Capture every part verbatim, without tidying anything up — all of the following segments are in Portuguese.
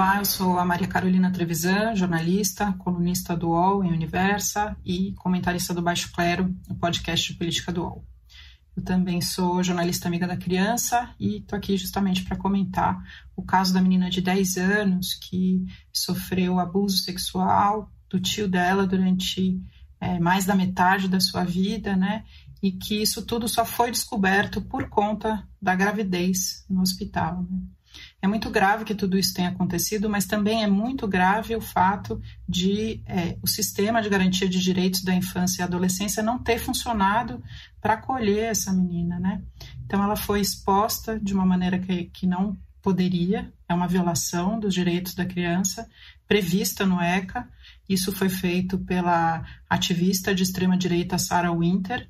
Olá, eu sou a Maria Carolina Trevisan, jornalista, colunista do U O L em Universa e comentarista do Baixo Clero, o podcast de política do U O L. Eu também sou jornalista amiga da criança e estou aqui justamente para comentar o caso da menina de dez anos que sofreu abuso sexual do tio dela durante é, mais da metade da sua vida, né? E que isso tudo só foi descoberto por conta da gravidez no hospital, né? É muito grave que tudo isso tenha acontecido, mas também é muito grave o fato de é, o sistema de garantia de direitos da infância e adolescência não ter funcionado para acolher essa menina, né? Então ela foi exposta de uma maneira que, que não poderia, é uma violação dos direitos da criança prevista no ECA. Isso foi feito pela ativista de extrema-direita Sarah Winter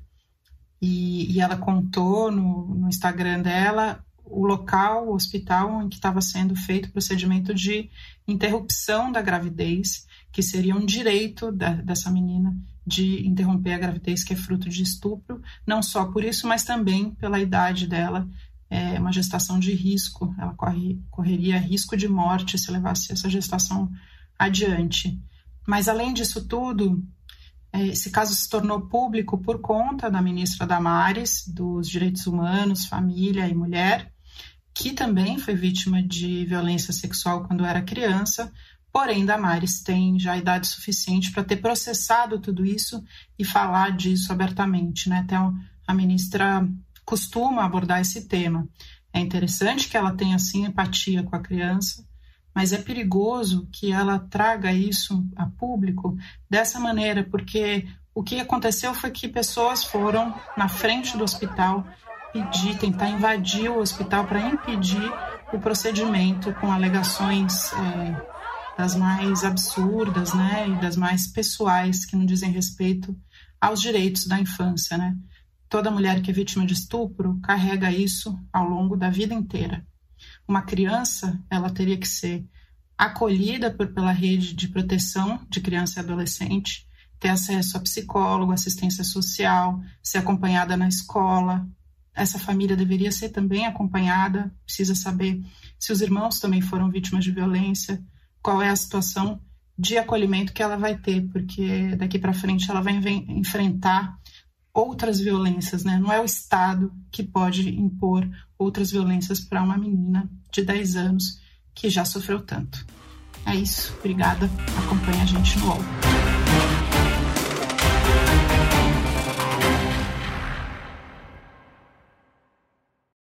e, e ela contou no, no Instagram dela o local, o hospital em que estava sendo feito o procedimento de interrupção da gravidez, que seria um direito da, dessa menina de interromper a gravidez, que é fruto de estupro, não só por isso, mas também pela idade dela, é uma gestação de risco, ela corre, correria risco de morte se levasse essa gestação adiante. Mas além disso tudo, esse caso se tornou público por conta da ministra Damares, dos Direitos Humanos, Família e Mulher, que também foi vítima de violência sexual quando era criança, porém Damares tem já idade suficiente para ter processado tudo isso e falar disso abertamente, né? Então, a ministra costuma abordar esse tema. É interessante que ela tenha, sim, empatia com a criança, mas é perigoso que ela traga isso a público dessa maneira, porque o que aconteceu foi que pessoas foram na frente do hospital pedir, tentar invadir o hospital para impedir o procedimento com alegações é, das mais absurdas, né, e das mais pessoais, que não dizem respeito aos direitos da infância, né? Toda mulher que é vítima de estupro carrega isso ao longo da vida inteira. Uma criança, ela teria que ser acolhida por, pela rede de proteção de criança e adolescente, ter acesso a psicólogo, assistência social, ser acompanhada na escola. Essa família deveria ser também acompanhada, precisa saber se os irmãos também foram vítimas de violência, qual é a situação de acolhimento que ela vai ter, porque daqui para frente ela vai enfrentar outras violências, né? Não é o Estado que pode impor outras violências para uma menina de dez anos que já sofreu tanto. É isso, obrigada, acompanha a gente no U O L.